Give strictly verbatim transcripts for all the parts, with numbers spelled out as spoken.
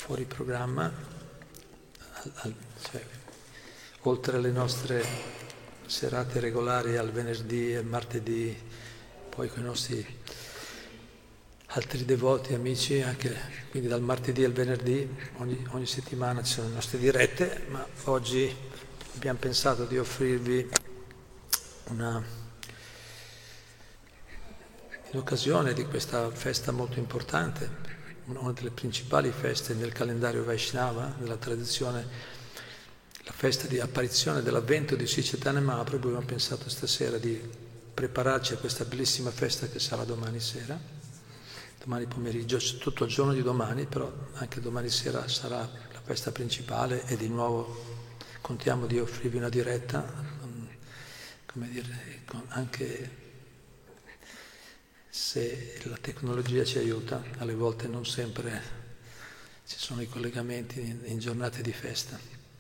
fuori programma, al, al, cioè, oltre alle nostre serate regolari al venerdì e al martedì, poi con i nostri altri devoti, amici, anche quindi dal martedì al venerdì, ogni, ogni settimana ci sono le nostre dirette, ma oggi abbiamo pensato di offrirvi una, in occasione di questa festa molto importante, una delle principali feste nel calendario Vaishnava, nella tradizione, la festa di apparizione dell'avvento di Sri Chaitanya Mahaprabhu. Abbiamo pensato stasera di prepararci a questa bellissima festa che sarà domani sera, domani pomeriggio, tutto il giorno di domani, però anche domani sera sarà la festa principale e di nuovo contiamo di offrirvi una diretta, come dire, anche se la tecnologia ci aiuta, alle volte non sempre ci sono i collegamenti in, in giornate di festa.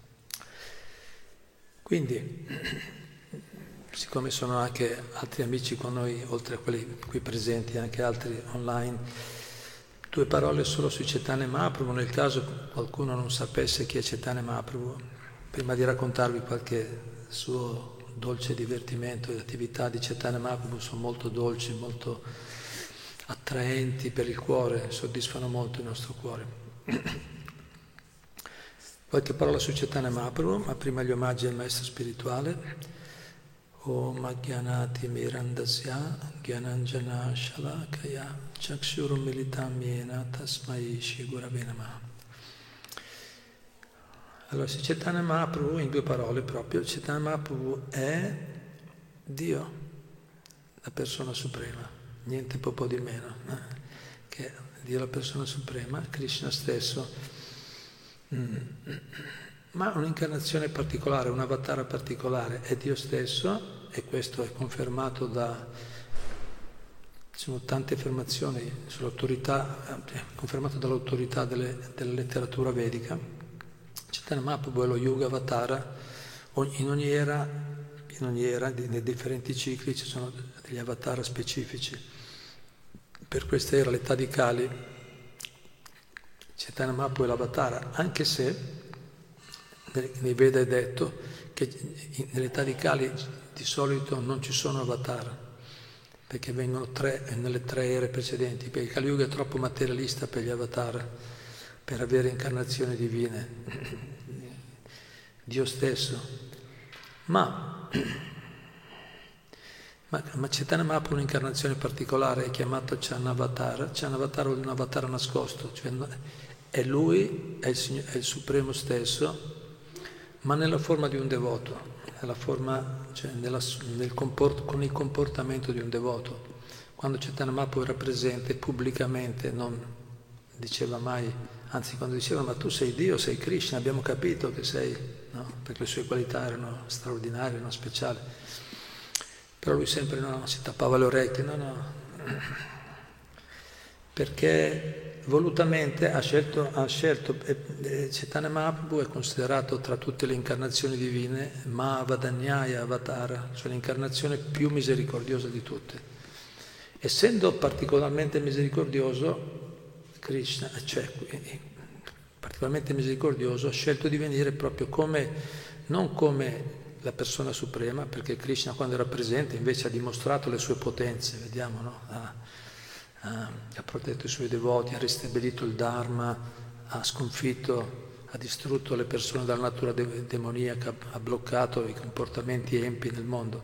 Quindi, siccome sono anche altri amici con noi, oltre a quelli qui presenti, anche altri online, due parole solo su Chaitanya Mahaprabhu, nel caso qualcuno non sapesse chi è Chaitanya Mahaprabhu, prima di raccontarvi qualche suo dolce divertimento e attività di Chaitanya Mahaprabhu, sono molto dolci, molto attraenti per il cuore, soddisfano molto il nostro cuore. Qualche parola su Chaitanya Mahaprabhu, ma prima gli omaggi al maestro spirituale. Om Agyanati Mirandasya Gyananjana Shalakaya Chakshurum Militam Yena Tasmai Shri Gurave Namaha. Allora, se Chaitanya Mahaprabhu, in due parole proprio, Chaitanya Mahaprabhu è Dio, la persona suprema, niente po' di meno, eh? Che è Dio la persona suprema, Krishna stesso, mm. ma un'incarnazione particolare, un avatara particolare, è Dio stesso, e questo è confermato da, ci sono tante affermazioni sull'autorità, è confermato dall'autorità delle, della letteratura vedica. Chaitanya Mahaprabhu è lo Yuga Avatara, in ogni era, in ogni era, nei differenti cicli ci sono degli avatara specifici. Per questa era, l'età di Kali, Chaitanya Mahaprabhu è l'avatara, anche se nei Veda è detto che nell'età di Kali di solito non ci sono avatara, perché vengono tre, nelle tre ere precedenti, perché Kali Yuga è troppo materialista per gli avatara, per avere incarnazioni divine, Dio stesso. Ma, ma, ma Chaitanya Mahaprabhu è un'incarnazione particolare, è chiamato Chanavatara. Chanavatara vuol dire un avatara nascosto, cioè è lui, è il, Signore, è il Supremo stesso, ma nella forma di un devoto, nella forma, cioè nella, nel comport, con il comportamento di un devoto. Quando Chaitanya Mahaprabhu era presente pubblicamente, non diceva mai, anzi quando diceva ma tu sei Dio, sei Krishna, abbiamo capito che sei, no? Perché le sue qualità erano straordinarie, erano speciali. Però lui sempre no, si tappava le orecchie, no, no, perché volutamente ha scelto, ha scelto eh, Chaitanya Mahaprabhu è considerato tra tutte le incarnazioni divine Mahavadanyaya Avatara, cioè l'incarnazione più misericordiosa di tutte. Essendo particolarmente misericordioso, Krishna, cioè particolarmente misericordioso, ha scelto di venire proprio come, non come la persona suprema, perché Krishna quando era presente invece ha dimostrato le sue potenze, vediamo, no? Ha, ha, ha protetto i suoi devoti, ha ristabilito il Dharma, ha sconfitto, ha distrutto le persone dalla natura de- demoniaca, ha bloccato i comportamenti empi nel mondo.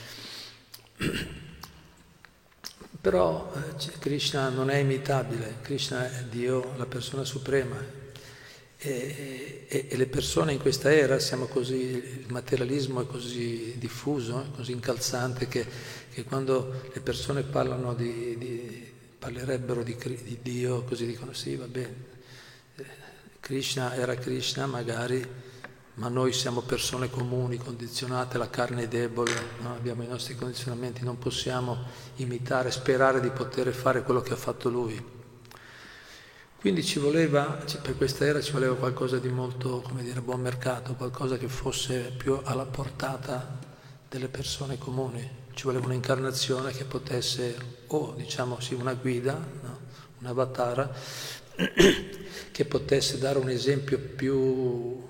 Però eh, Krishna non è imitabile, Krishna è Dio, la persona suprema. E, e, e le persone in questa era siamo così, il materialismo è così diffuso, è così incalzante che, che quando le persone parlano di, di parlerebbero di, di Dio, così dicono sì, va bene, Krishna era Krishna magari, ma noi siamo persone comuni, condizionate, la carne è debole, no? Abbiamo i nostri condizionamenti, non possiamo imitare, sperare di poter fare quello che ha fatto lui. Quindi ci voleva, per questa era ci voleva qualcosa di molto, come dire, a buon mercato, qualcosa che fosse più alla portata delle persone comuni. Ci voleva un'incarnazione che potesse, o diciamo sì, una guida, no? Un avatara, che potesse dare un esempio più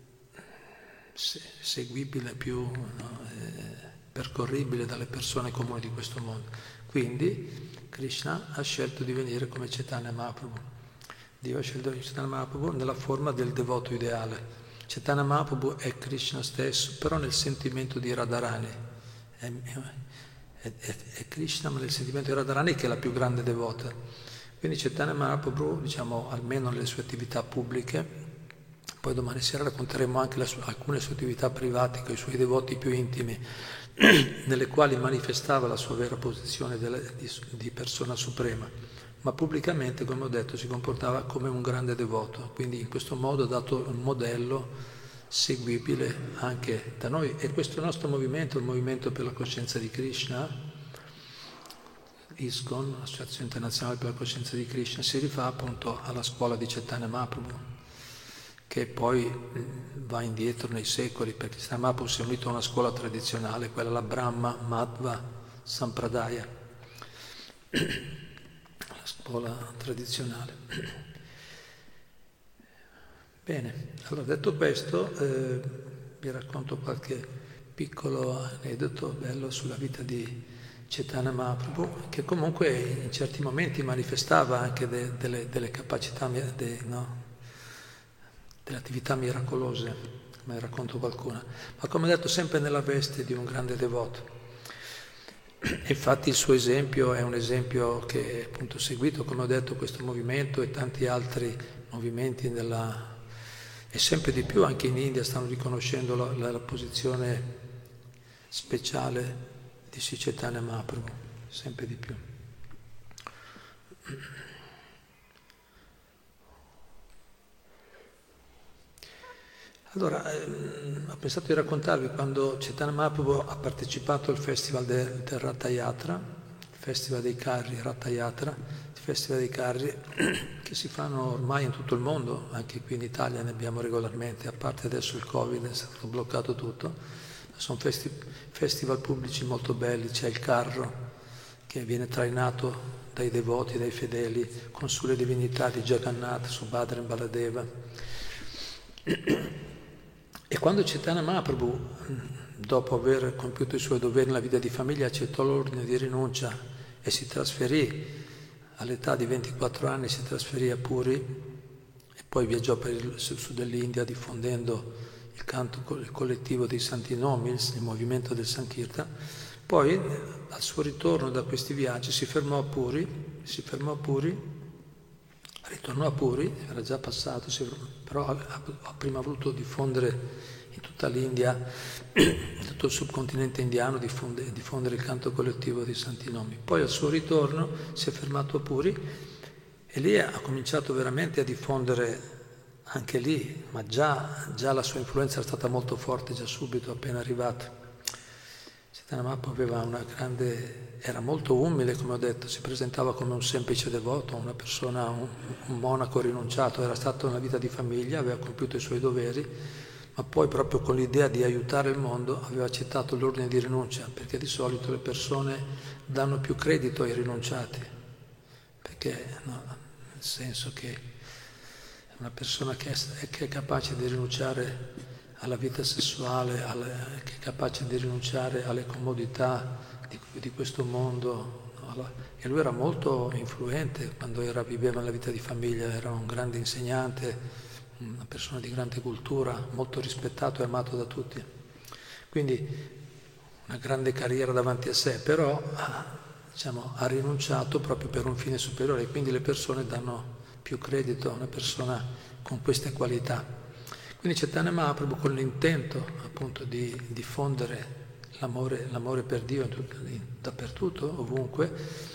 seguibile, più no, eh, percorribile dalle persone comuni di questo mondo. Quindi Krishna ha scelto di venire come Chaitanya Mahaprabhu. Dio ha scelto Chaitanya Mahaprabhu nella forma del devoto ideale. Chaitanya Mahaprabhu è Krishna stesso, però nel sentimento di Radharani. È, è, è, è Krishna, ma nel sentimento di Radharani, che è la più grande devota. Quindi Chaitanya Mahaprabhu, diciamo, almeno nelle sue attività pubbliche, poi domani sera racconteremo anche la sua, alcune sue attività private con i suoi devoti più intimi, nelle quali manifestava la sua vera posizione delle, di, di persona suprema, ma pubblicamente, come ho detto, si comportava come un grande devoto. Quindi in questo modo ha dato un modello seguibile anche da noi. E questo nostro movimento, il Movimento per la Coscienza di Krishna, ISKCON, Associazione Internazionale per la Coscienza di Krishna, si rifà appunto alla scuola di Chaitanya Mahaprabhu, che poi va indietro nei secoli, perché Chaitanya Mahaprabhu si è unito a una scuola tradizionale, quella la Brahma Madhva Sampradaya, la scuola tradizionale. Bene, allora detto questo, eh, vi racconto qualche piccolo aneddoto bello sulla vita di Chaitanya Mahaprabhu, che comunque in certi momenti manifestava anche de, delle, delle capacità, de, no? delle attività miracolose, me ne racconto qualcuna, ma come detto sempre nella veste di un grande devoto. Infatti il suo esempio è un esempio che è appunto seguito, come ho detto, questo movimento e tanti altri movimenti nella, e sempre di più anche in India stanno riconoscendo la, la, la posizione speciale di Sri Chaitanya Mahaprabhu, sempre di più. Allora, ehm, ho pensato di raccontarvi quando Chaitanya Mahaprabhu ha partecipato al festival del, del Ratha Yatra, il festival dei carri, Ratha Yatra, il festival dei carri che si fanno ormai in tutto il mondo, anche qui in Italia ne abbiamo regolarmente, a parte adesso il Covid, è stato bloccato tutto. Sono festi- festival pubblici molto belli, c'è il carro che viene trainato dai devoti, dai fedeli, con sulle divinità di Jagannath, Subhadra e Baladeva. E quando Chaitanya Mahaprabhu, dopo aver compiuto i suoi doveri nella vita di famiglia, accettò l'ordine di rinuncia e si trasferì, all'età di ventiquattro anni si trasferì a Puri e poi viaggiò per il sud dell'India diffondendo il canto il collettivo dei Santi Nomi, il movimento del Sankirtan. Poi al suo ritorno da questi viaggi si fermò a Puri, si fermò a Puri, ritornò a Puri, era già passato, però ha prima voluto diffondere in tutta l'India, in tutto il subcontinente indiano, diffondere, diffondere il canto collettivo dei Santi Nomi. Poi al suo ritorno si è fermato a Puri e lì ha cominciato veramente a diffondere anche lì, ma già, già la sua influenza era stata molto forte già subito, appena arrivato. Chaitanya Mahaprabhu aveva una grande, era molto umile, come ho detto, si presentava come un semplice devoto, una persona, un, un monaco rinunciato, era stato nella vita di famiglia, aveva compiuto i suoi doveri, ma poi proprio con l'idea di aiutare il mondo aveva accettato l'ordine di rinuncia, perché di solito le persone danno più credito ai rinunciati, perché no, nel senso che una persona che è, che è capace di rinunciare alla vita sessuale, alle, che è capace di rinunciare alle comodità di, di questo mondo. Alla, e lui era molto influente quando era, viveva la vita di famiglia, era un grande insegnante, una persona di grande cultura, molto rispettato e amato da tutti. Quindi una grande carriera davanti a sé, però diciamo, ha rinunciato proprio per un fine superiore e quindi le persone danno più credito a una persona con queste qualità. Quindi Chaitanya Mahaprabhu, con l'intento appunto di diffondere l'amore, l'amore per Dio dappertutto, ovunque,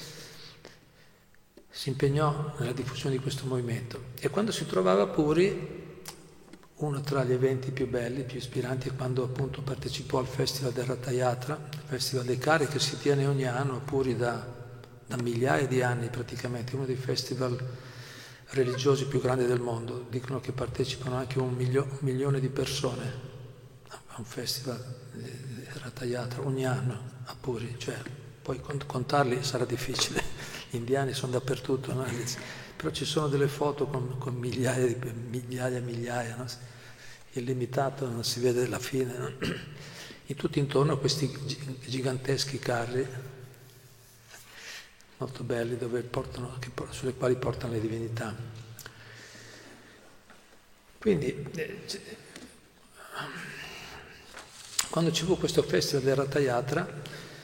si impegnò nella diffusione di questo movimento. E quando si trovava a Puri, uno tra gli eventi più belli, più ispiranti, è quando appunto partecipò al Festival del Ratha Yatra, il Festival dei Carri, che si tiene ogni anno a Puri da, da migliaia di anni praticamente, uno dei festival religiosi più grandi del mondo. Dicono che partecipano anche un, milio, un milione di persone a un festival di Ratha Yatra ogni anno a Puri, cioè poi contarli sarà difficile, indiani sono dappertutto, no? Però ci sono delle foto con, con migliaia di migliaia e migliaia, no? Illimitato, non si vede la fine, no? E tutti intorno a questi giganteschi carri molto belli dove portano, che, sulle quali portano le divinità. Quindi eh, quando ci fu questo festival del Ratha Yatra,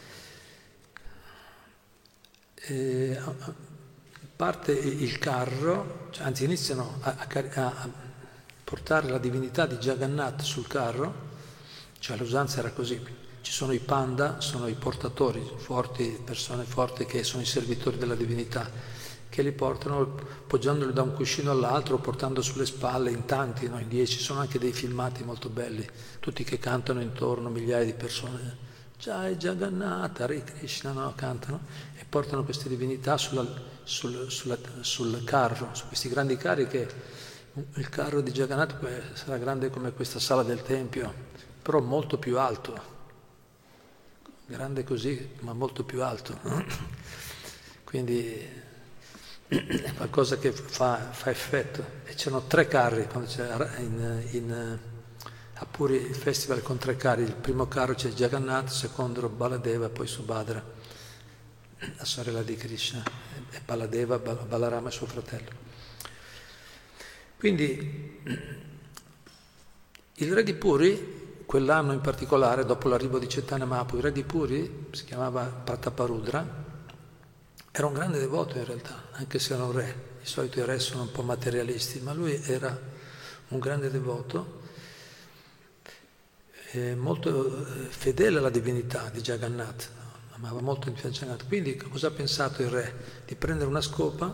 eh, parte il carro, cioè, anzi iniziano a, a, a portare la divinità di Jagannath sul carro, cioè l'usanza era così, ci sono i panda, sono i portatori forti, persone forti che sono i servitori della divinità, che li portano poggiandoli da un cuscino all'altro, portando sulle spalle in tanti, no? In dieci, sono anche dei filmati molto belli, tutti che cantano intorno, migliaia di persone, Jai Jagannath, Hare Krishna, no? Cantano e portano queste divinità sulla, sul, sulla, sul carro, su questi grandi carri che il carro di Jagannath sarà grande come questa sala del Tempio, però molto più alto, grande così, ma molto più alto, no? Quindi è qualcosa che fa, fa effetto. E c'erano tre carri, quando c'era in, in a Puri il festival con tre carri, il primo carro c'è Jagannath, il secondo Baladeva, poi Subhadra, la sorella di Krishna, e Baladeva, Balarama suo fratello. Quindi il re di Puri, quell'anno in particolare, dopo l'arrivo di Chaitanya Mahaprabhu, il re di Puri, si chiamava Prataparudra, era un grande devoto in realtà, anche se era un re. Di solito i re sono un po' materialisti, ma lui era un grande devoto, eh, molto eh, fedele alla divinità di Jagannath, no? Amava molto Jagannath. Quindi cosa ha pensato il re? Di prendere una scopa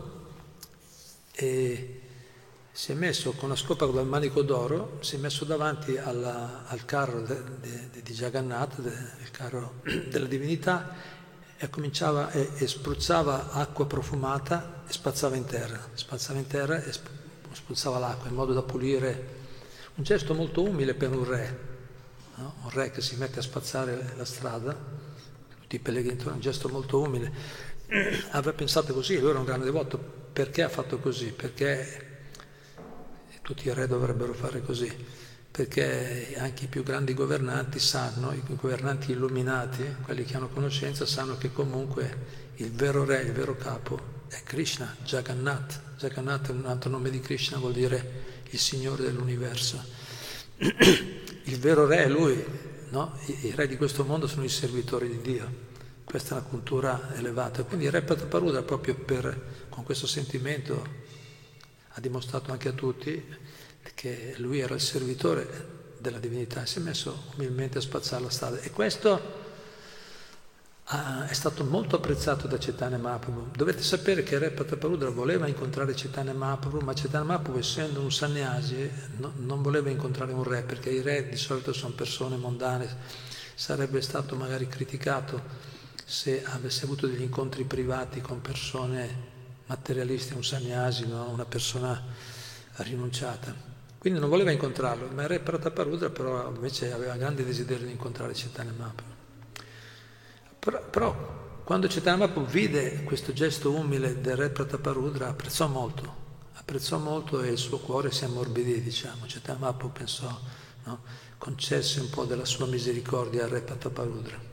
e si è messo con una scopa con il manico d'oro, si è messo davanti alla, al carro de, de, de, di Jagannath, de, il carro della divinità, e cominciava e, e spruzzava acqua profumata e spazzava in terra, spazzava in terra e spruzzava l'acqua in modo da pulire. Un gesto molto umile per un re, no? Un re che si mette a spazzare la strada, tutti i pellegrini, un gesto molto umile. Aveva pensato così, lui era un grande devoto. Perché ha fatto così? Perché tutti i re dovrebbero fare così, perché anche i più grandi governanti sanno, i governanti illuminati, quelli che hanno conoscenza, sanno che comunque il vero re, il vero capo è Krishna, Jagannath. Jagannath è un altro nome di Krishna, vuol dire il Signore dell'universo. Il vero re è lui, no? I, i re di questo mondo sono i servitori di Dio. Questa è una cultura elevata. Quindi il re Prataparudra, proprio per, con questo sentimento, ha dimostrato anche a tutti che lui era il servitore della divinità, si è messo umilmente a spazzare la strada, e questo ah, è stato molto apprezzato da Chaitanya Mahaprabhu. Dovete sapere che il re Prataparudra voleva incontrare Chaitanya Mahaprabhu, ma Chaitanya Mahaprabhu, essendo un sannyasi, no, non voleva incontrare un re, perché i re di solito sono persone mondane. Sarebbe stato magari criticato se avesse avuto degli incontri privati con persone materialisti, un sannyasi, no? Una persona rinunciata. Quindi non voleva incontrarlo, ma il re Prataparudra però invece aveva grande desiderio di incontrare Chaitanya Mahaprabhu. Però, però quando Chaitanya Mahaprabhu vide questo gesto umile del re Prataparudra, apprezzò molto, apprezzò molto e il suo cuore si ammorbidì, diciamo. Chaitanya Mahaprabhu pensò, no? Concesse un po' della sua misericordia al re Prataparudra.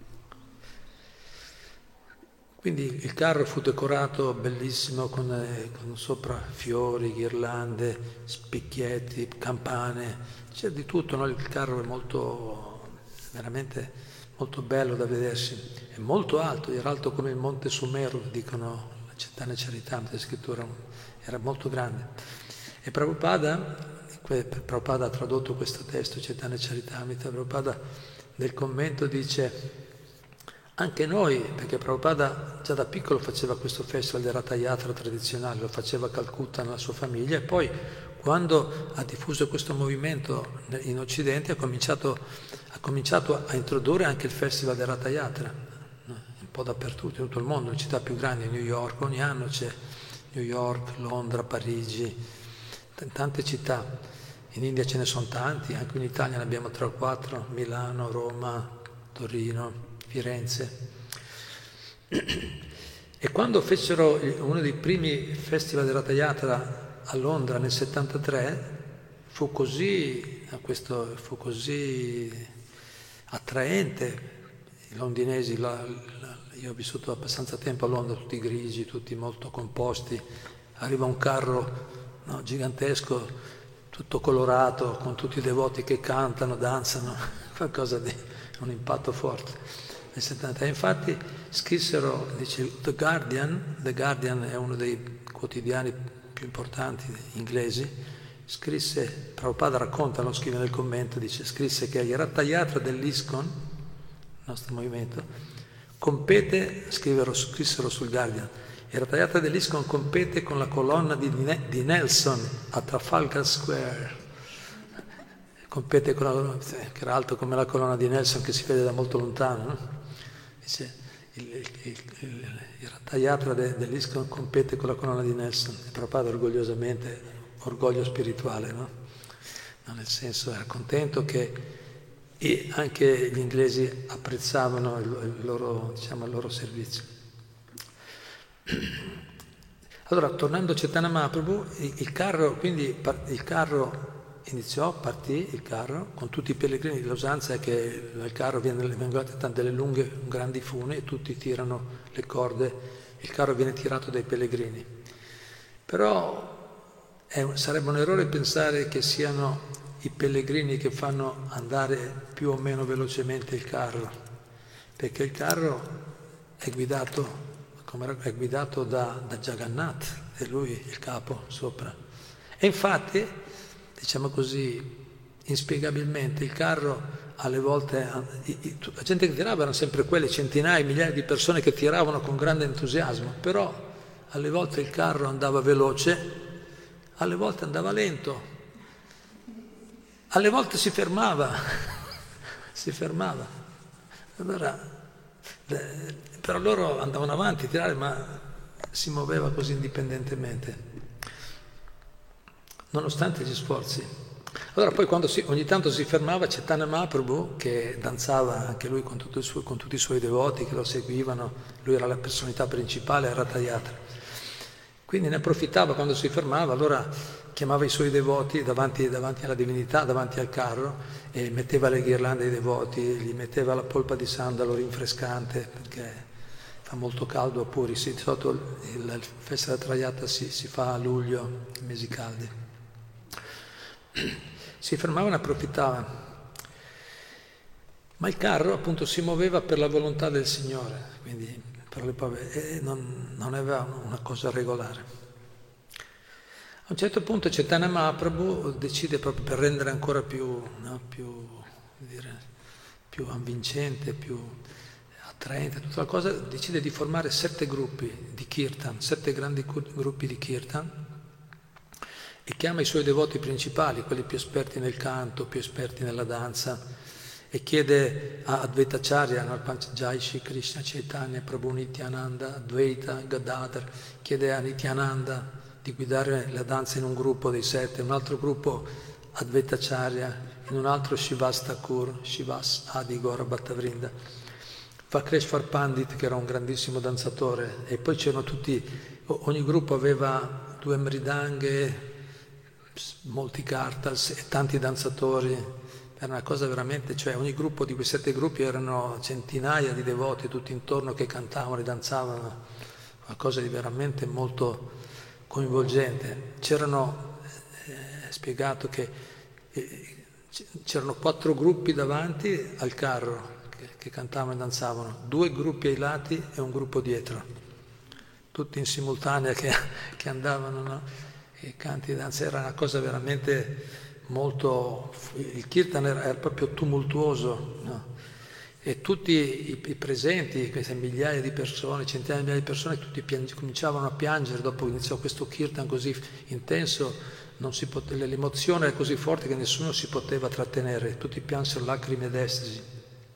Quindi il carro fu decorato bellissimo con, eh, con sopra fiori, ghirlande, specchietti, campane, c'è di tutto, no? Il carro è molto, veramente molto bello da vedersi, è molto alto, era alto come il monte Sumeru, dicono la Chaitanya Charitamrita, scrittura, era molto grande. E Prabhupada, Prabhupada ha tradotto questo testo, Chaitanya Charitamrita, Prabhupada nel commento dice: anche noi, perché Prabhupada già da piccolo faceva questo festival del Ratha Yatra tradizionale, lo faceva a Calcutta nella sua famiglia, e poi quando ha diffuso questo movimento in Occidente ha cominciato, ha cominciato a introdurre anche il festival del Ratha Yatra, un po' dappertutto, in tutto il mondo, le città più grandi, New York, ogni anno c'è New York, Londra, Parigi, t- tante città. In India ce ne sono tanti, anche in Italia ne abbiamo tre o quattro, Milano, Roma, Torino, Firenze. E quando fecero uno dei primi festival di Ratha Yatra a Londra nel settantatré, fu così, questo, fu così attraente, i londinesi, la, la, io ho vissuto abbastanza tempo a Londra, tutti grigi, tutti molto composti, arriva un carro, no, gigantesco, tutto colorato, con tutti i devoti che cantano, danzano, qualcosa di un impatto forte. Nel settantatré, infatti, scrissero, dice, The Guardian, The Guardian è uno dei quotidiani più importanti inglesi, scrisse, Prabhupada racconta, lo scrive nel commento, dice, scrisse che il Ratha Yatra dell'ISKCON, il nostro movimento, compete, scrivero, scrissero sul Guardian, il Ratha Yatra dell'ISKCON compete con la colonna di, di Nelson a Trafalgar Square, compete con la, che era alto come la colonna di Nelson che si vede da molto lontano, no? Dice, il, il, il, il, il Ratha Yatra de, dell'ISKCON compete con la colonna di Nelson, e Prabhupada orgogliosamente, orgoglio spirituale, no? No, nel senso, era contento che e anche gli inglesi apprezzavano il, il, loro, diciamo, il loro servizio. Allora, tornando a Chaitanya Mahaprabhu, il, il carro, quindi il carro iniziò, partì il carro con tutti i pellegrini. L'usanza è che nel carro vengono delle lunghe, grandi fune e tutti tirano le corde, il carro viene tirato dai pellegrini. Però è, sarebbe un errore pensare che siano i pellegrini che fanno andare più o meno velocemente il carro, perché il carro è guidato, come è guidato da, da Jagannath, è lui il capo sopra. E infatti, diciamo così, inspiegabilmente il carro alle volte, la gente che tirava erano sempre quelle centinaia, migliaia di persone che tiravano con grande entusiasmo, però alle volte il carro andava veloce, alle volte andava lento, alle volte si fermava, si fermava. Allora, però loro andavano avanti a tirare, ma si muoveva così indipendentemente, nonostante gli sforzi. Allora poi quando si, ogni tanto si fermava Chaitanya Mahaprabhu, che danzava anche lui con, tutto il suo, con tutti i suoi devoti che lo seguivano, lui era la personalità principale a Ratha Yatra. Quindi ne approfittava quando si fermava, allora chiamava i suoi devoti davanti, davanti alla divinità, davanti al carro, e metteva le ghirlande ai devoti, gli metteva la polpa di sandalo rinfrescante, perché fa molto caldo a Puri. Sì, sotto il, il festa della Trayata si, si fa a luglio, mesi caldi. Si fermava e ne approfittava. Ma il carro appunto si muoveva per la volontà del Signore, quindi per le povere, e non, non aveva una cosa regolare. A un certo punto Chaitanya Mahaprabhu decide, proprio per rendere ancora più, no, più, dire, più avvincente, più attraente tutta la cosa, decide di formare sette gruppi di kirtan, sette grandi gruppi di kirtan, e chiama i suoi devoti principali, quelli più esperti nel canto, più esperti nella danza, e chiede a Advaitacharya, no, Jai Shri Krishna Chaitanya Prabhu Nityananda, Advaita, Gadadhar, chiede a Nityananda di guidare la danza in un gruppo dei sette, un altro gruppo Advaitacharya, in un altro Shivas Thakur, Shivas Adi Gaura Bhattavrinda, Vakreshwar Pandit, che era un grandissimo danzatore, e poi c'erano tutti, ogni gruppo aveva due mridanghe, molti kartals e tanti danzatori. Era una cosa veramente, cioè ogni gruppo di quei sette gruppi erano centinaia di devoti tutti intorno che cantavano e danzavano, qualcosa di veramente molto coinvolgente. C'erano, eh, spiegato che eh, c'erano quattro gruppi davanti al carro che, che cantavano e danzavano, due gruppi ai lati e un gruppo dietro, tutti in simultanea che, che andavano, no? E canti e danze, era una cosa veramente molto, il kirtan era, era proprio tumultuoso, no? E tutti i, i presenti, queste migliaia di persone, centinaia di migliaia di persone, tutti piange, cominciavano a piangere dopo che iniziò questo kirtan così intenso, non si pote, l'emozione era così forte che nessuno si poteva trattenere, tutti piansero lacrime d'estasi.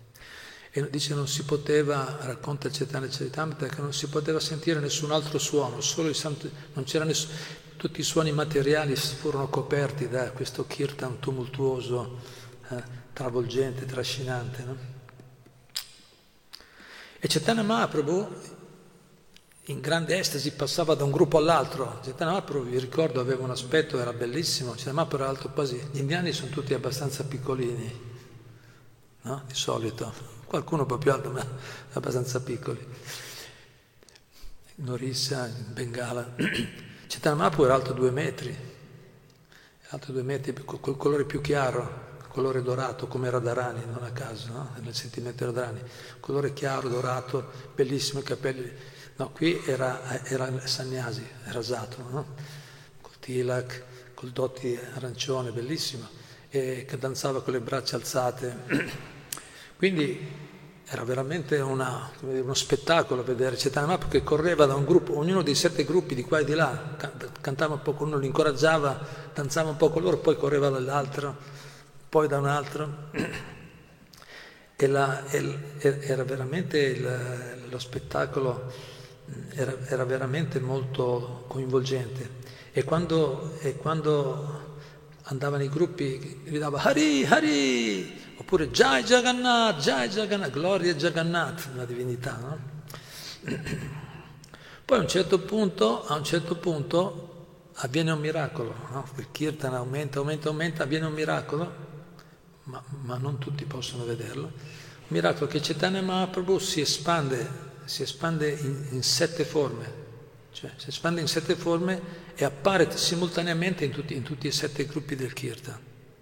E dice non si poteva, racconta Chaitanya Charitamrita, che non si poteva sentire nessun altro suono, solo i santi, non c'era nessuno, tutti i suoni materiali furono coperti da questo kirtan tumultuoso, eh, travolgente, trascinante, no? E Chaitanya Mahaprabhu in grande estasi passava da un gruppo all'altro. Chaitanya Mahaprabhu, vi ricordo, aveva un aspetto, era bellissimo. Chaitanya Mahaprabhu era alto quasi, gli indiani sono tutti abbastanza piccolini, no? Di solito, qualcuno un po' più alto, ma abbastanza piccoli. In Orissa, in Bengala. Chaitanya Mahaprabhu era alto due metri, era alto due metri, col colore più chiaro, colore dorato, come Radharani, non a caso, no? Nel sentimento di Radharani. Colore chiaro, dorato, bellissimo, i capelli. No, qui era, era sannyasi, era rasato, no? Col tilak, col dotti arancione, bellissimo, e che danzava con le braccia alzate. Quindi era veramente una, uno spettacolo vedere Chaitanya Mahaprabhu che correva da un gruppo, ognuno dei sette gruppi di qua e di là, cantava un po' con uno, li incoraggiava, danzava un po' con loro, poi correva dall'altro, poi da un altro. E la, e, era veramente il, lo spettacolo era, era veramente molto coinvolgente. E quando, e quando andavano i gruppi gridava Hari Hari, oppure Jai Jagannath, Jai Jagannath, gloria a Jagannath, una divinità, no? Poi a un certo punto, a un certo punto avviene un miracolo, no? Il kirtan aumenta, aumenta, aumenta, avviene un miracolo, ma, ma non tutti possono vederlo. Un miracolo che Chaitanya Mahaprabhu si espande, si espande in, in sette forme, cioè si espande in sette forme e appare simultaneamente in tutti, in tutti e sette gruppi del kirtan.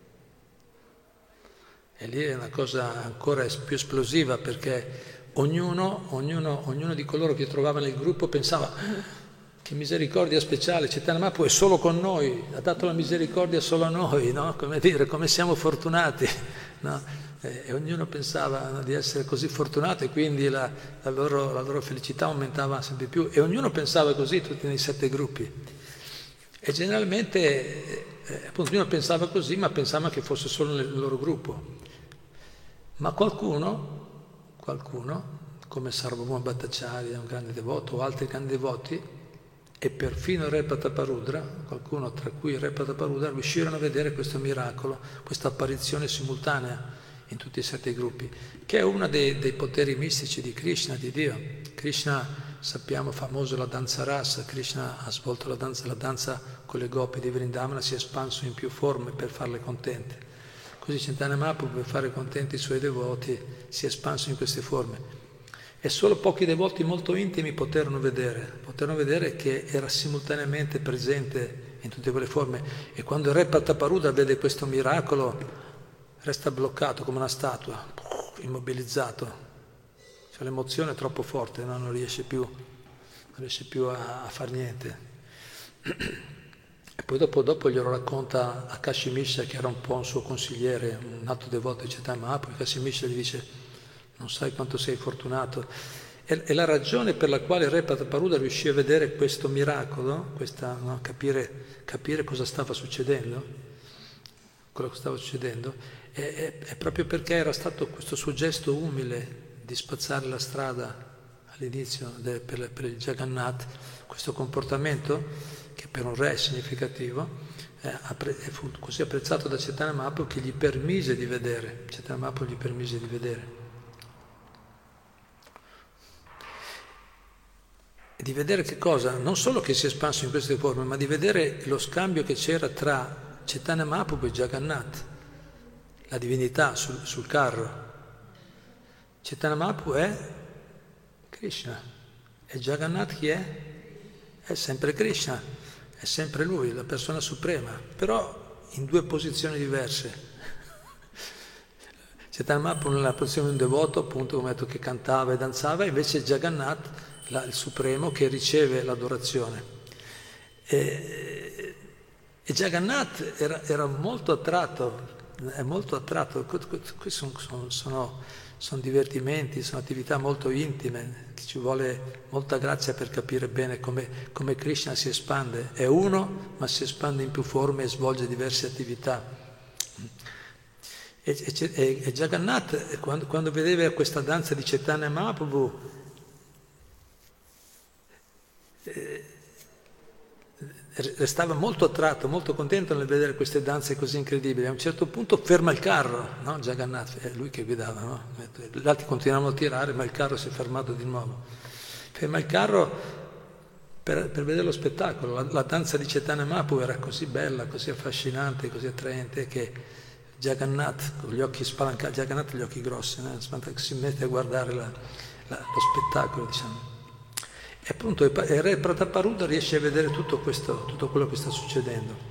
E lì è una cosa ancora più esplosiva, perché ognuno, ognuno, ognuno di coloro che trovavano il gruppo pensava che misericordia speciale, Chaitanya Mahaprabhu è solo con noi, ha dato la misericordia solo a noi, no? Come dire, come siamo fortunati, no? E, e ognuno pensava, no, di essere così fortunato, e quindi la, la, loro, la loro felicità aumentava sempre più, e ognuno pensava così, tutti nei sette gruppi. E generalmente, eh, appunto, ognuno pensava così, ma pensava che fosse solo nel loro gruppo. Ma qualcuno, qualcuno, come Sarvabhauma Bhattacharya, un grande devoto, o altri grandi devoti, e perfino il Re Prataparudra, qualcuno tra cui il Re Prataparudra, riuscirono a vedere questo miracolo, questa apparizione simultanea in tutti e sette i gruppi, che è uno dei, dei poteri mistici di Krishna, di Dio. Krishna, sappiamo, famoso la danza rasa, Krishna ha svolto la danza, la danza con le gopi di Vrindavana, si è espanso in più forme per farle contente. Così Chaitanya Mahaprabhu, per fare contenti i suoi devoti, si è espanso in queste forme. E solo pochi devoti molto intimi poterono vedere, poterono vedere che era simultaneamente presente in tutte quelle forme. E quando il Re Prataparudra vede questo miracolo, resta bloccato come una statua, immobilizzato. Cioè, l'emozione è troppo forte, no? Non riesce più, non riesce più a, a far niente. E poi dopo, dopo glielo racconta a Kashi Mishra, che era un po' un suo consigliere, un altro devoto di Chaitanya Mahaprabhu. Kashi Mishra gli dice: non sai quanto sei fortunato. E, e la ragione per la quale il Re Prataparudra riuscì a vedere questo miracolo, questa, no, capire, capire cosa stava succedendo, quello che stava succedendo, è, è, è proprio perché era stato questo suo gesto umile di spazzare la strada all'inizio de, per, per il Jagannath, questo comportamento che per un re è significativo, eh, fu così apprezzato da Chaitanya Mahaprabhu che gli permise di vedere, Chaitanya Mahaprabhu gli permise di vedere. E di vedere che cosa? Non solo che si è espanso in queste forme, ma di vedere lo scambio che c'era tra Chaitanya Mahaprabhu e Jagannath, la divinità sul, sul carro. Chaitanya Mahaprabhu è Krishna, e Jagannath chi è? È sempre Krishna, è sempre lui, la persona suprema, però in due posizioni diverse. Chaitanya Mahaprabhu nella posizione di un devoto, appunto, come detto, che cantava e danzava, e invece Jagannath, la, il supremo, che riceve l'adorazione. E, e Jagannath era, era molto attratto, è molto attratto. Questi sono, sono, sono, sono divertimenti, sono attività molto intime, che ci vuole molta grazia per capire bene come, come Krishna si espande. È uno, ma si espande in più forme e svolge diverse attività. E, e, e Jagannath, quando, quando vedeva questa danza di Chaitanya Mahaprabhu, eh, restava molto attratto, molto contento nel vedere queste danze così incredibili. A un certo punto ferma il carro, no? Jagannath, è lui che guidava, no? Gli altri continuavano a tirare, ma il carro si è fermato di nuovo. Ferma il carro per, per vedere lo spettacolo. La, la danza di Chaitanya Mahaprabhu era così bella, così affascinante, così attraente che Jagannath, con gli occhi spalancati, Jagannath ha gli occhi grossi, no? Si mette a guardare la, la, lo spettacolo, diciamo. E appunto il re Prataparuddra riesce a vedere tutto, questo, tutto quello che sta succedendo.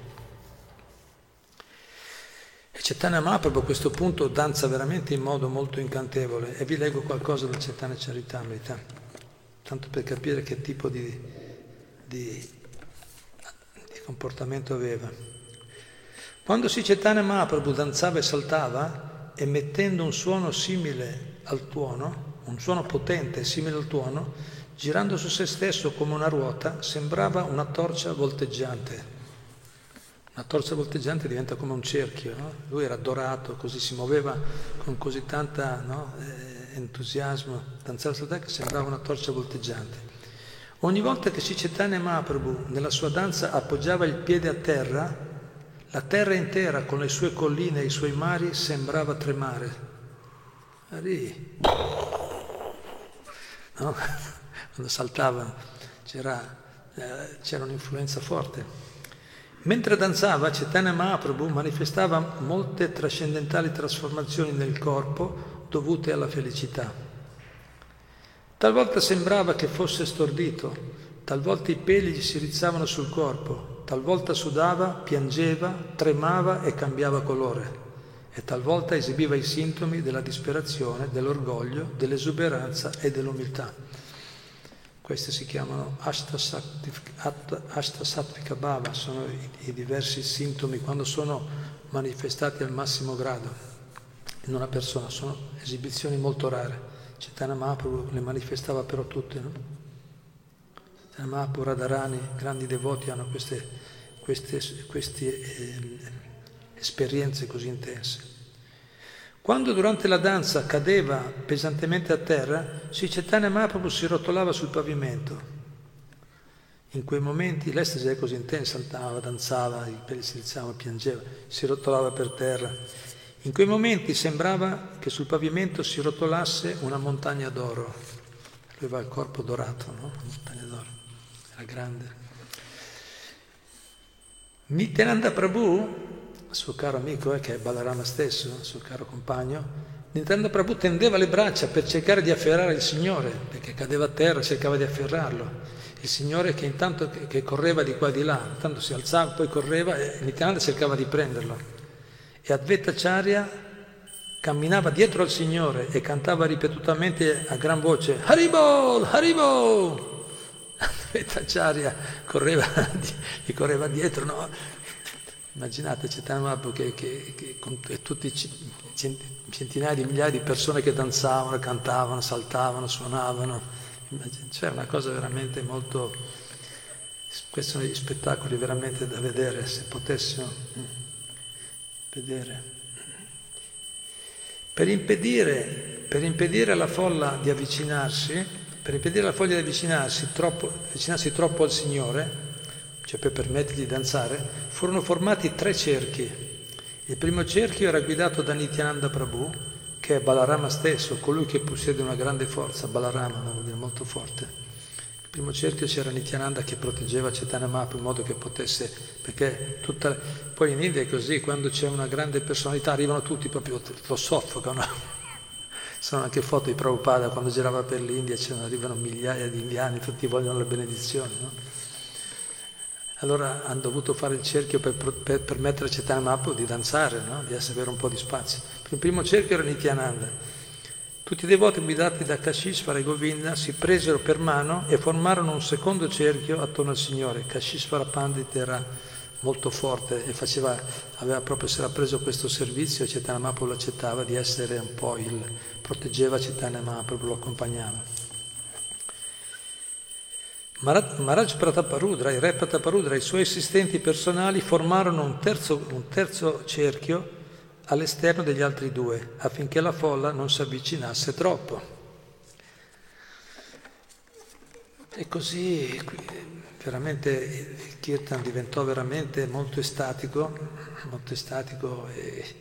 E Chaitanya Mahaprabhu a questo punto danza veramente in modo molto incantevole. E vi leggo qualcosa dal Chaitanya Charitamrita, tanto per capire che tipo di, di, di comportamento aveva. Quando Sri Chaitanya Mahaprabhu danzava e saltava, emettendo un suono simile al tuono, un suono potente simile al tuono, girando su se stesso come una ruota, sembrava una torcia volteggiante. Una torcia volteggiante diventa come un cerchio, no? Lui era dorato, così si muoveva con così tanta, no, eh, entusiasmo, danzava saltare che sembrava una torcia volteggiante. Ogni volta che Sri Chaitanya Mahaprabhu nella sua danza appoggiava il piede a terra, la terra intera con le sue colline e i suoi mari sembrava tremare. Lì, no? Quando saltavano c'era, eh, c'era un'influenza forte. Mentre danzava, Chaitanya Mahaprabhu manifestava molte trascendentali trasformazioni nel corpo dovute alla felicità. Talvolta sembrava che fosse stordito, talvolta i peli gli si rizzavano sul corpo, talvolta sudava, piangeva, tremava e cambiava colore, e talvolta esibiva i sintomi della disperazione, dell'orgoglio, dell'esuberanza e dell'umiltà. Questi si chiamano Ashtasattvica Bhava, sono i, i diversi sintomi quando sono manifestati al massimo grado in una persona, sono esibizioni molto rare. Chaitanya Mahaprabhu le manifestava però tutte, no? Chaitanya Mahaprabhu, Radharani, grandi devoti hanno queste, queste, queste eh, esperienze così intense. Quando durante la danza cadeva pesantemente a terra, Sri Chaitanya Mahaprabhu si rotolava sul pavimento. In quei momenti l'estasi è così intensa, saltava, danzava, i peli si rizzavano, piangeva, si rotolava per terra. In quei momenti sembrava che sul pavimento si rotolasse una montagna d'oro. Aveva il corpo dorato, no? Una montagna d'oro, era grande. Nityananda Prabhu, il suo caro amico, eh, che è Balarama stesso, il suo caro compagno, Nityananda Prabhu tendeva le braccia per cercare di afferrare il Signore, perché cadeva a terra, cercava di afferrarlo. Il Signore che intanto che, che correva di qua e di là, intanto si alzava, poi correva e Nityananda cercava di prenderlo. E Advaita Acharya camminava dietro al Signore e cantava ripetutamente a gran voce Haribol, Haribol! Advaita Acharya correva, gli correva dietro, no? Immaginate Chaitanya Mahaprabhu che, che, che con tutti centinaia di migliaia di persone che danzavano, cantavano, saltavano, suonavano. Cioè una cosa veramente molto... Questi sono gli spettacoli veramente da vedere, se potessimo vedere. Per impedire, per impedire alla folla di avvicinarsi, per impedire alla folla di avvicinarsi troppo, avvicinarsi troppo al Signore, cioè per permettergli di danzare, furono formati tre cerchi. Il primo cerchio era guidato da Nityananda Prabhu, che è Balarama stesso, colui che possiede una grande forza, Balarama, vuol dire molto forte. Il primo cerchio c'era Nityananda che proteggeva Chaitanya Mahaprabhu in modo che potesse, perché tutta, poi in India è così, quando c'è una grande personalità arrivano tutti proprio, lo soffocano. Sono anche foto di Prabhupada quando girava per l'India, arrivano migliaia di indiani, tutti vogliono la benedizione, no? Allora hanno dovuto fare il cerchio per, per permettere a Chaitanya Mahaprabhu di danzare, no? Di essere, avere un po' di spazio. Il primo cerchio era Nityananda. Tutti i devoti guidati da Kashishvara e Govinda si presero per mano e formarono un secondo cerchio attorno al Signore. Kashishvara Pandit era molto forte e faceva, aveva proprio, si era preso questo servizio e Chaitanya Mahaprabhu lo accettava di essere un po' il, proteggeva Chaitanya Mahaprabhu, lo accompagnava. Maharaj Prataparudra, il re Prataparudra e i suoi assistenti personali formarono un terzo, un terzo cerchio all'esterno degli altri due, affinché la folla non si avvicinasse troppo. E così veramente il Kirtan diventò veramente molto estatico, molto estatico e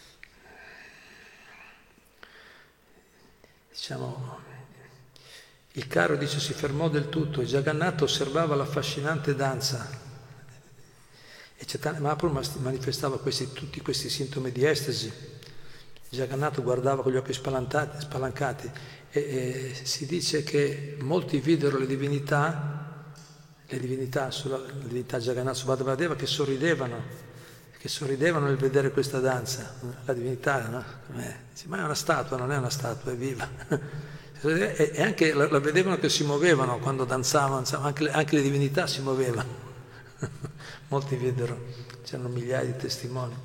diciamo Il carro, dice, si fermò del tutto e Jagannatha osservava l'affascinante danza. E Chaitanya Mahaprabhu manifestava questi, tutti questi sintomi di estasi. Jagannatha guardava con gli occhi spalancati e, e si dice che molti videro le divinità, le divinità, sulla, la divinità Jagannatha Subhadradeva, che sorridevano, che sorridevano nel vedere questa danza. La divinità, no? Ma è una statua, non è una statua, è viva. E anche la, la vedevano che si muovevano quando danzavano, anche, anche le divinità si muovevano. Molti videro, c'erano migliaia di testimoni.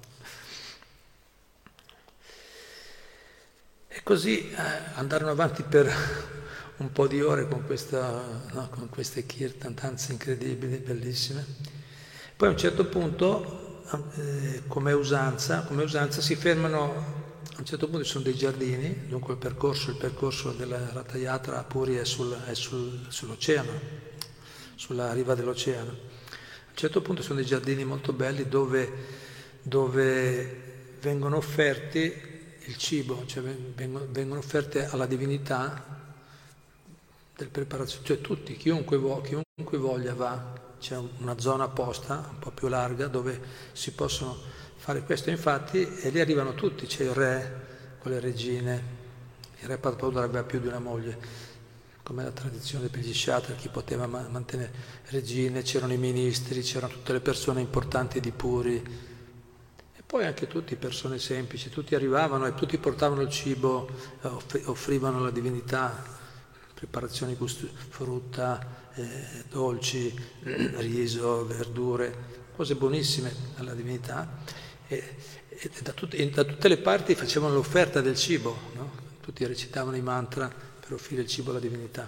E così eh, andarono avanti per un po' di ore con, questa, no, con queste kirtan, danze incredibili, bellissime. Poi a un certo punto, eh, come usanza, come usanza, si fermano. A un certo punto ci sono dei giardini, dunque il percorso, il percorso della Ratha Yatra a Puri è, sul, è sul, sull'oceano, sulla riva dell'oceano. A un certo punto ci sono dei giardini molto belli dove, dove vengono offerti il cibo, cioè vengono, vengono offerte alla divinità del preparazione, cioè tutti, chiunque, vo, chiunque voglia va, c'è una zona apposta, un po' più larga, dove si possono fare questo, infatti, e lì arrivano tutti, c'è il re con le regine, il re Padmapadra aveva più di una moglie, come la tradizione per gli Kshatriya, chi poteva ma- mantenere regine, c'erano i ministri, c'erano tutte le persone importanti di Puri, e poi anche tutti persone semplici, tutti arrivavano e tutti portavano il cibo, off- offrivano alla divinità, preparazioni gusto, frutta, eh, dolci, riso, verdure, cose buonissime alla divinità. E, e, da tutte, e da tutte le parti facevano l'offerta del cibo, no? Tutti recitavano i mantra per offrire il cibo alla divinità.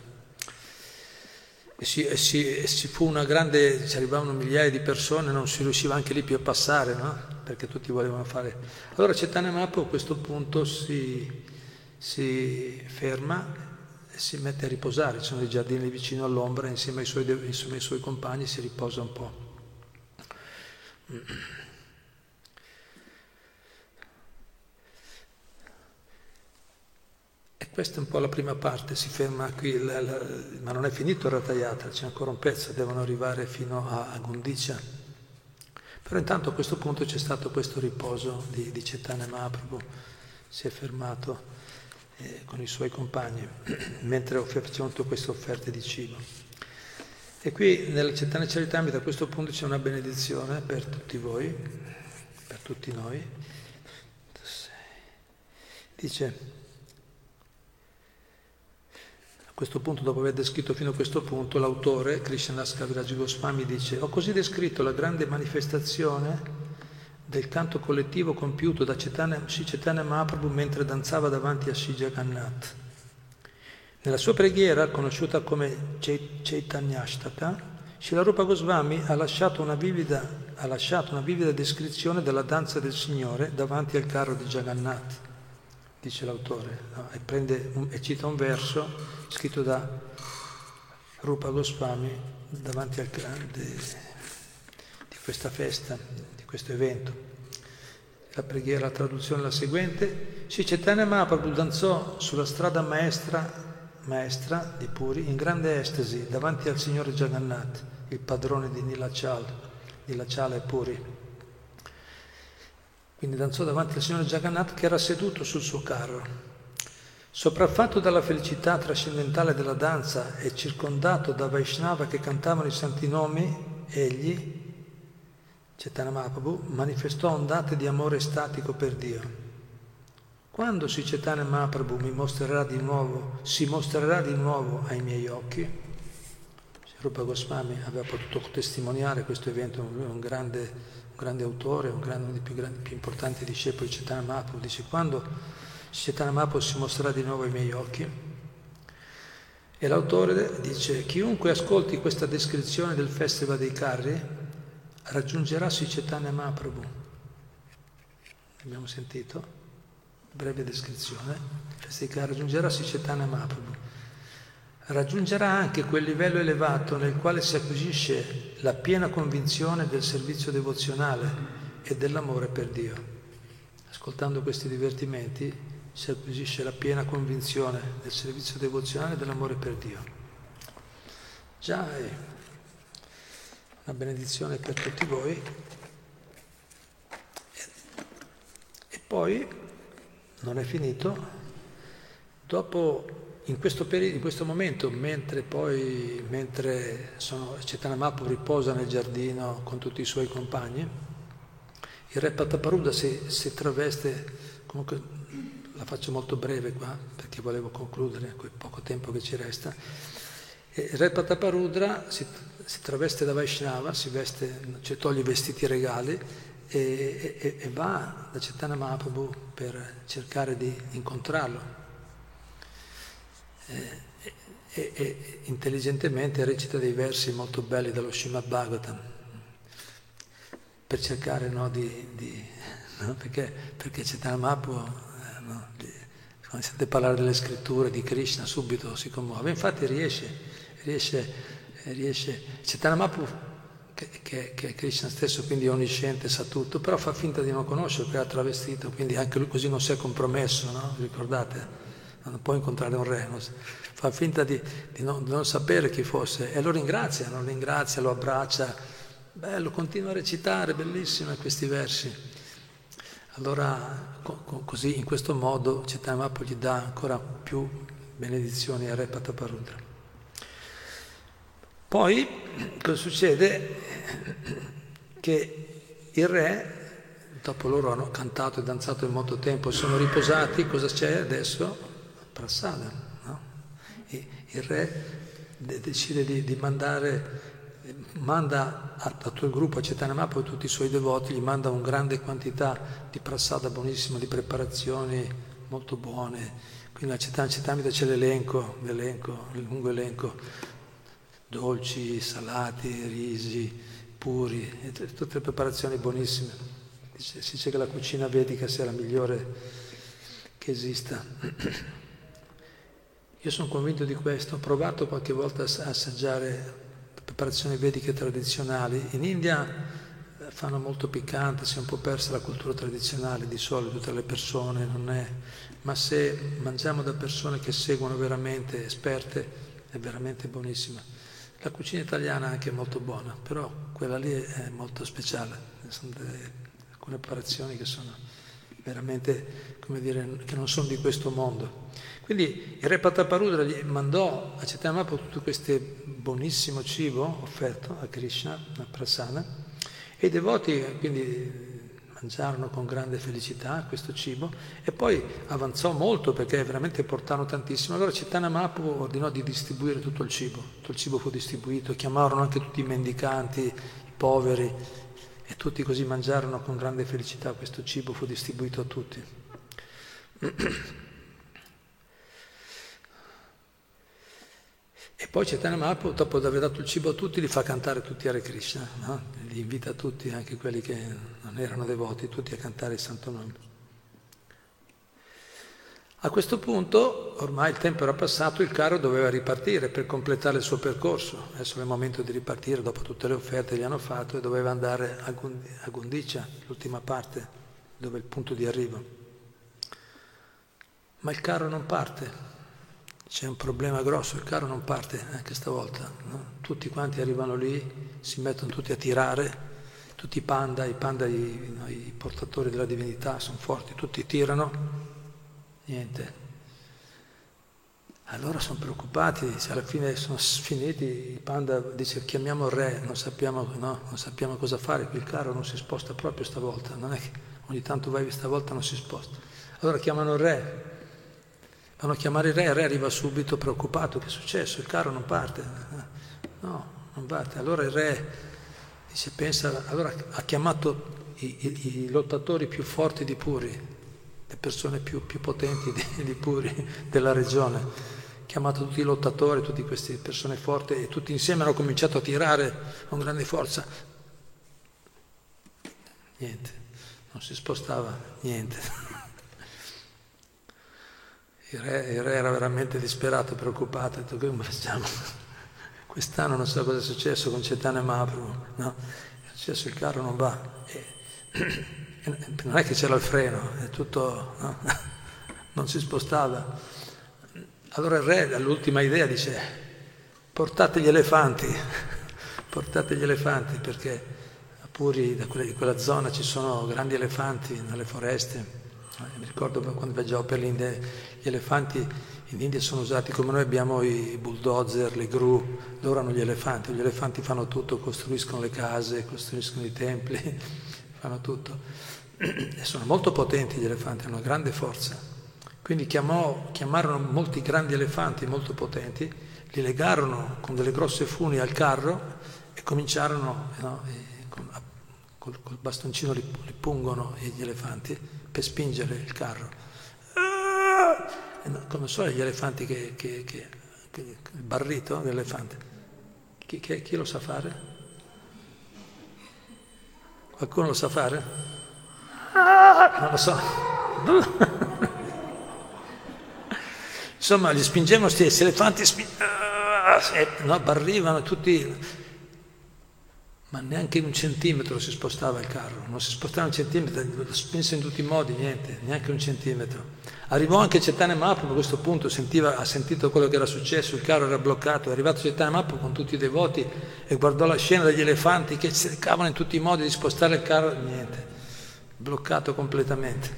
E si, e si, e si fu una grande, ci arrivavano migliaia di persone, non si riusciva anche lì più a passare, no? Perché tutti volevano fare. Allora Chaitanya Mahaprabhu a questo punto si, si ferma e si mette a riposare, ci sono dei giardini vicino all'ombra, insieme ai suoi, insieme ai suoi compagni si riposa un po'. E questa è un po' la prima parte, si ferma qui, la, la, ma non è finito il Ratha Yatra, c'è ancora un pezzo, devono arrivare fino a, a Gundicha. Però intanto a questo punto c'è stato questo riposo di, di Chaitanya Mahaprabhu, si è fermato eh, con i suoi compagni, mentre facevano tutte queste offerte di cibo. E qui nella Chaitanya Charitamrita a questo punto c'è una benedizione per tutti voi, per tutti noi. Dice... A questo punto, dopo aver descritto fino a questo punto, l'autore, Krishnadas Kaviraj Goswami, dice: ho così descritto la grande manifestazione del canto collettivo compiuto da Chaitanya, Sri Chaitanya Mahaprabhu mentre danzava davanti a Sri Jagannath. Nella sua preghiera, conosciuta come Chaitanyashtaka, Srila Rupa Goswami ha lasciato una vivida, ha lasciato una vivida descrizione della danza del Signore davanti al carro di Jagannath, dice l'autore, no? E, prende un, e cita un verso scritto da Rupa Goswami davanti al grande di questa festa, di questo evento. La preghiera, la traduzione è la seguente: Sri Chaitanya Mahaprabhu danzò sulla strada maestra, maestra di Puri in grande estasi davanti al Signore Jagannath, il padrone di Nilachal, Nilachala e Puri. Quindi danzò davanti al Signore Jagannath che era seduto sul suo carro. Sopraffatto dalla felicità trascendentale della danza e circondato da Vaishnava che cantavano i santi nomi, egli, Chaitanya Mahaprabhu, manifestò ondate di amore estatico per Dio. Quando Sri Chaitanya Mahaprabhu mi mostrerà di nuovo, si mostrerà di nuovo ai miei occhi, Rupa Goswami aveva potuto testimoniare questo evento, un grande, un grande autore, un grande, uno dei più, grandi, più importanti discepoli di Chaitanya Mahaprabhu, dice: quando Chaitanya Mahaprabhu si mostrerà di nuovo ai miei occhi. E l'autore dice: chiunque ascolti questa descrizione del Festival dei Carri raggiungerà Sri Chaitanya Mahaprabhu. Abbiamo sentito? Breve descrizione. Il Festival dei Carri raggiungerà Sri Chaitanya Mahaprabhu. Raggiungerà anche quel livello elevato nel quale si acquisisce la piena convinzione del servizio devozionale e dell'amore per Dio. Ascoltando questi divertimenti si acquisisce la piena convinzione del servizio devozionale e dell'amore per Dio. Già è una benedizione per tutti voi. E poi non è finito. Dopo, in questo periodo, in questo momento, mentre poi, mentre sono, Chaitanya Mahaprabhu riposa nel giardino con tutti i suoi compagni, il re Prataparudra si, si traveste, comunque la faccio molto breve qua, perché volevo concludere quel poco tempo che ci resta. E il re Prataparudra si, si traveste da Vaishnava, si veste, cioè toglie i vestiti regali e, e, e va da Chaitanya Mahaprabhu per cercare di incontrarlo. E, e, e intelligentemente recita dei versi molto belli dallo Srimad Bhagavatam per cercare, no, di, di no, perché, perché Chaitanya Mahaprabhu, eh, no, di, quando sente parlare delle scritture di Krishna subito si commuove, infatti riesce riesce, riesce Chaitanya Mahaprabhu che, che, che è Krishna stesso, quindi è onnisciente, sa tutto, però fa finta di non conoscere perché era travestito, quindi anche lui così non si è compromesso, no? Ricordate? Non può incontrare un re, fa finta di, di, non, di non sapere chi fosse e lo ringrazia, lo ringrazia, lo abbraccia, bello, continua a recitare, bellissimi questi versi. Allora co, co, così in questo modo Chaitanya Mahaprabhu gli dà ancora più benedizioni al re Prataparudra. Poi cosa succede? Che il re, dopo loro hanno cantato e danzato in molto tempo, sono riposati, cosa c'è adesso? Prasada, no? Il re decide di, di mandare, manda a, a tutto il gruppo, a Chaitanya Mahaprabhu e tutti i suoi devoti, gli manda una grande quantità di prasada buonissima, di preparazioni molto buone. Quindi a Chaitanya Charitamrita c'è l'elenco, l'elenco, il lungo elenco, dolci, salati, risi, puri, tutte le preparazioni buonissime. Si dice che la cucina vedica sia la migliore che esista. Io sono convinto di questo, ho provato qualche volta a assaggiare preparazioni vediche tradizionali. In India fanno molto piccante, si è un po' persa la cultura tradizionale di solito tra le persone, non è, ma se mangiamo da persone che seguono veramente, esperte, è veramente buonissima. La cucina italiana è anche molto buona, però quella lì è molto speciale, sono delle, alcune preparazioni che sono veramente, come dire, che non sono di questo mondo. Quindi il re Prataparudra gli mandò a Chaitanya Mahaprabhu tutto questo buonissimo cibo offerto a Krishna, a Prasada, e i devoti quindi mangiarono con grande felicità questo cibo e poi avanzò molto perché veramente portarono tantissimo. Allora Chaitanya Mahaprabhu ordinò di distribuire tutto il cibo, tutto il cibo fu distribuito, chiamarono anche tutti i mendicanti, i poveri, e tutti così mangiarono con grande felicità questo cibo, fu distribuito a tutti. E poi Chaitanya Mahaprabhu, dopo aver dato il cibo a tutti, li fa cantare tutti Hare Krishna, no? Li invita tutti, anche quelli che non erano devoti, tutti a cantare il santo nome. A questo punto, ormai il tempo era passato, il carro doveva ripartire per completare il suo percorso. Adesso è il momento di ripartire, dopo tutte le offerte che gli hanno fatto, e doveva andare a Gundicia, l'ultima parte, dove è il punto di arrivo. Ma il carro non parte. C'è un problema grosso, il carro non parte anche stavolta, no? Tutti quanti arrivano lì, si mettono tutti a tirare, tutti i panda, i panda, i, no, i portatori della divinità sono forti, tutti tirano, niente. Allora sono preoccupati, alla fine sono finiti, i panda dice chiamiamo il re, non sappiamo, no, non sappiamo cosa fare, qui il carro non si sposta proprio stavolta, non è che ogni tanto vai stavolta non si sposta. Allora chiamano il re. Vanno a chiamare il re, il re arriva subito preoccupato, che è successo? Il carro non parte. No, non parte. Allora il re dice, pensa, allora ha chiamato i, i, i lottatori più forti di Puri, le persone più, più potenti di, di Puri della regione. Ha chiamato tutti i lottatori, tutte queste persone forti e tutti insieme hanno cominciato a tirare con grande forza. Niente, non si spostava niente. Il re, il re era veramente disperato, preoccupato, ha detto come facciamo? Quest'anno non so cosa è successo con Chaitanya Mahaprabhu, no? È successo, il carro non va, e, e non è che c'era il freno, è tutto, no? non si spostava. Allora il re, all'ultima idea, dice: portate gli elefanti, portate gli elefanti, perché a Puri, da quella, di quella zona, ci sono grandi elefanti nelle foreste. Mi ricordo quando viaggiavo per l'India, gli elefanti in India sono usati come noi abbiamo i bulldozer, le gru, loro hanno gli elefanti, gli elefanti fanno tutto, costruiscono le case, costruiscono i templi, fanno tutto. E sono molto potenti gli elefanti, hanno una grande forza. Quindi chiamò, chiamarono molti grandi elefanti molto potenti, li legarono con delle grosse funi al carro e cominciarono, no, e con, col, col bastoncino li, li pungono gli elefanti per spingere il carro. No, come sono gli elefanti che, che, che, che il barrito dell'elefante? Chi, chi, chi lo sa fare? Qualcuno lo sa fare? Non lo so. Insomma, gli spingevano questi elefanti, sping... no, barrivano tutti. Ma neanche un centimetro si spostava il carro, non si spostava un centimetro, lo spinse in tutti i modi, niente, neanche un centimetro. Arrivò anche Chaitanya Mahaprabhu a questo punto, sentiva, ha sentito quello che era successo, il carro era bloccato, è arrivato Chaitanya Mahaprabhu con tutti i devoti e guardò la scena degli elefanti che cercavano in tutti i modi di spostare il carro, niente, bloccato completamente.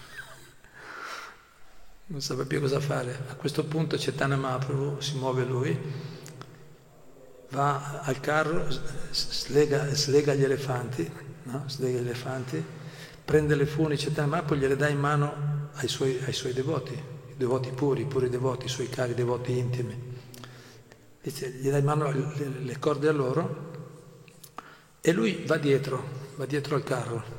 Non sapeva più cosa fare. A questo punto Chaitanya Mahaprabhu si muove lui, va al carro, slega, slega gli elefanti, no? Slega gli elefanti, prende le funi, Chaitanya Mahaprabhu gliele dà in mano ai suoi, ai suoi devoti, i devoti puri, i puri devoti, i suoi cari devoti intimi. Dice, gli dà in mano le, le corde a loro e lui va dietro, va dietro al carro.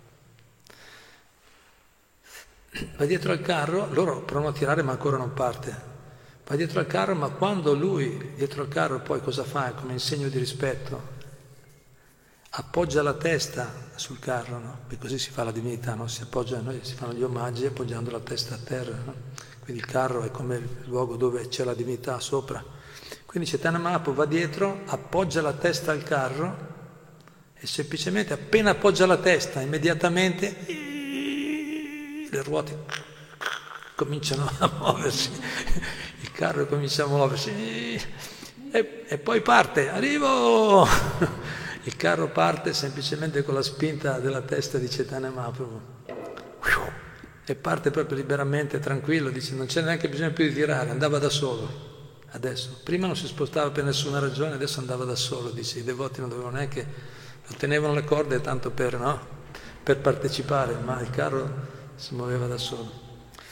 Va dietro al carro, loro provano a tirare ma ancora non parte. Va dietro al carro, ma quando lui, dietro al carro, poi cosa fa? Come in segno di rispetto, appoggia la testa sul carro, no? E così si fa la divinità, no? Si appoggia, noi si fanno gli omaggi appoggiando la testa a terra, no? Quindi il carro è come il luogo dove c'è la divinità sopra. Quindi Chaitanya Mahaprabhu va dietro, appoggia la testa al carro e semplicemente appena appoggia la testa, immediatamente le ruote cominciano a muoversi. Il carro comincia a muoversi e, e poi parte, arrivo! Il carro parte semplicemente con la spinta della testa di Chaitanya Mahaprabhu e parte proprio liberamente, tranquillo, dice non c'è neanche bisogno più di tirare, andava da solo adesso. Prima non si spostava per nessuna ragione, adesso andava da solo, dice i devoti non dovevano neanche, tenevano le corde tanto per, no? Per partecipare, ma il carro si muoveva da solo.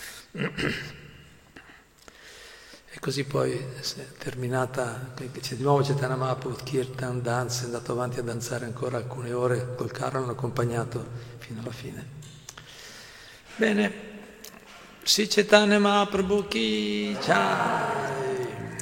E così poi, terminata, c'è di nuovo Chaitanya Mahaprabhu, Kirtan, danza, è andato avanti a danzare ancora alcune ore, col carro l'hanno accompagnato fino alla fine. Bene, Sri Chaitanya Mahaprabhu ki jai.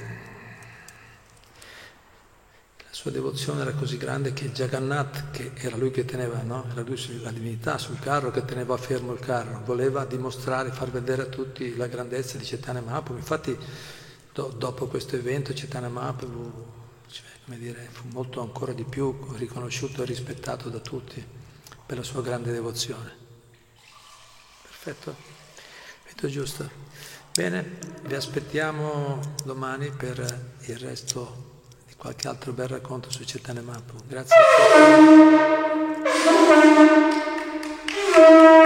La sua devozione era così grande che Jagannath, che era lui che teneva, no? Era lui la divinità sul carro, che teneva fermo il carro, voleva dimostrare, far vedere a tutti la grandezza di Chaitanya Mahaprabhu. Infatti do, dopo questo evento Chaitanya Mahaprabhu, cioè, come dire, fu molto ancora di più riconosciuto e rispettato da tutti per la sua grande devozione. Perfetto? Vedo giusto? Bene, vi aspettiamo domani per il resto di qualche altro bel racconto su Chaitanya Mahaprabhu. Grazie a tutti.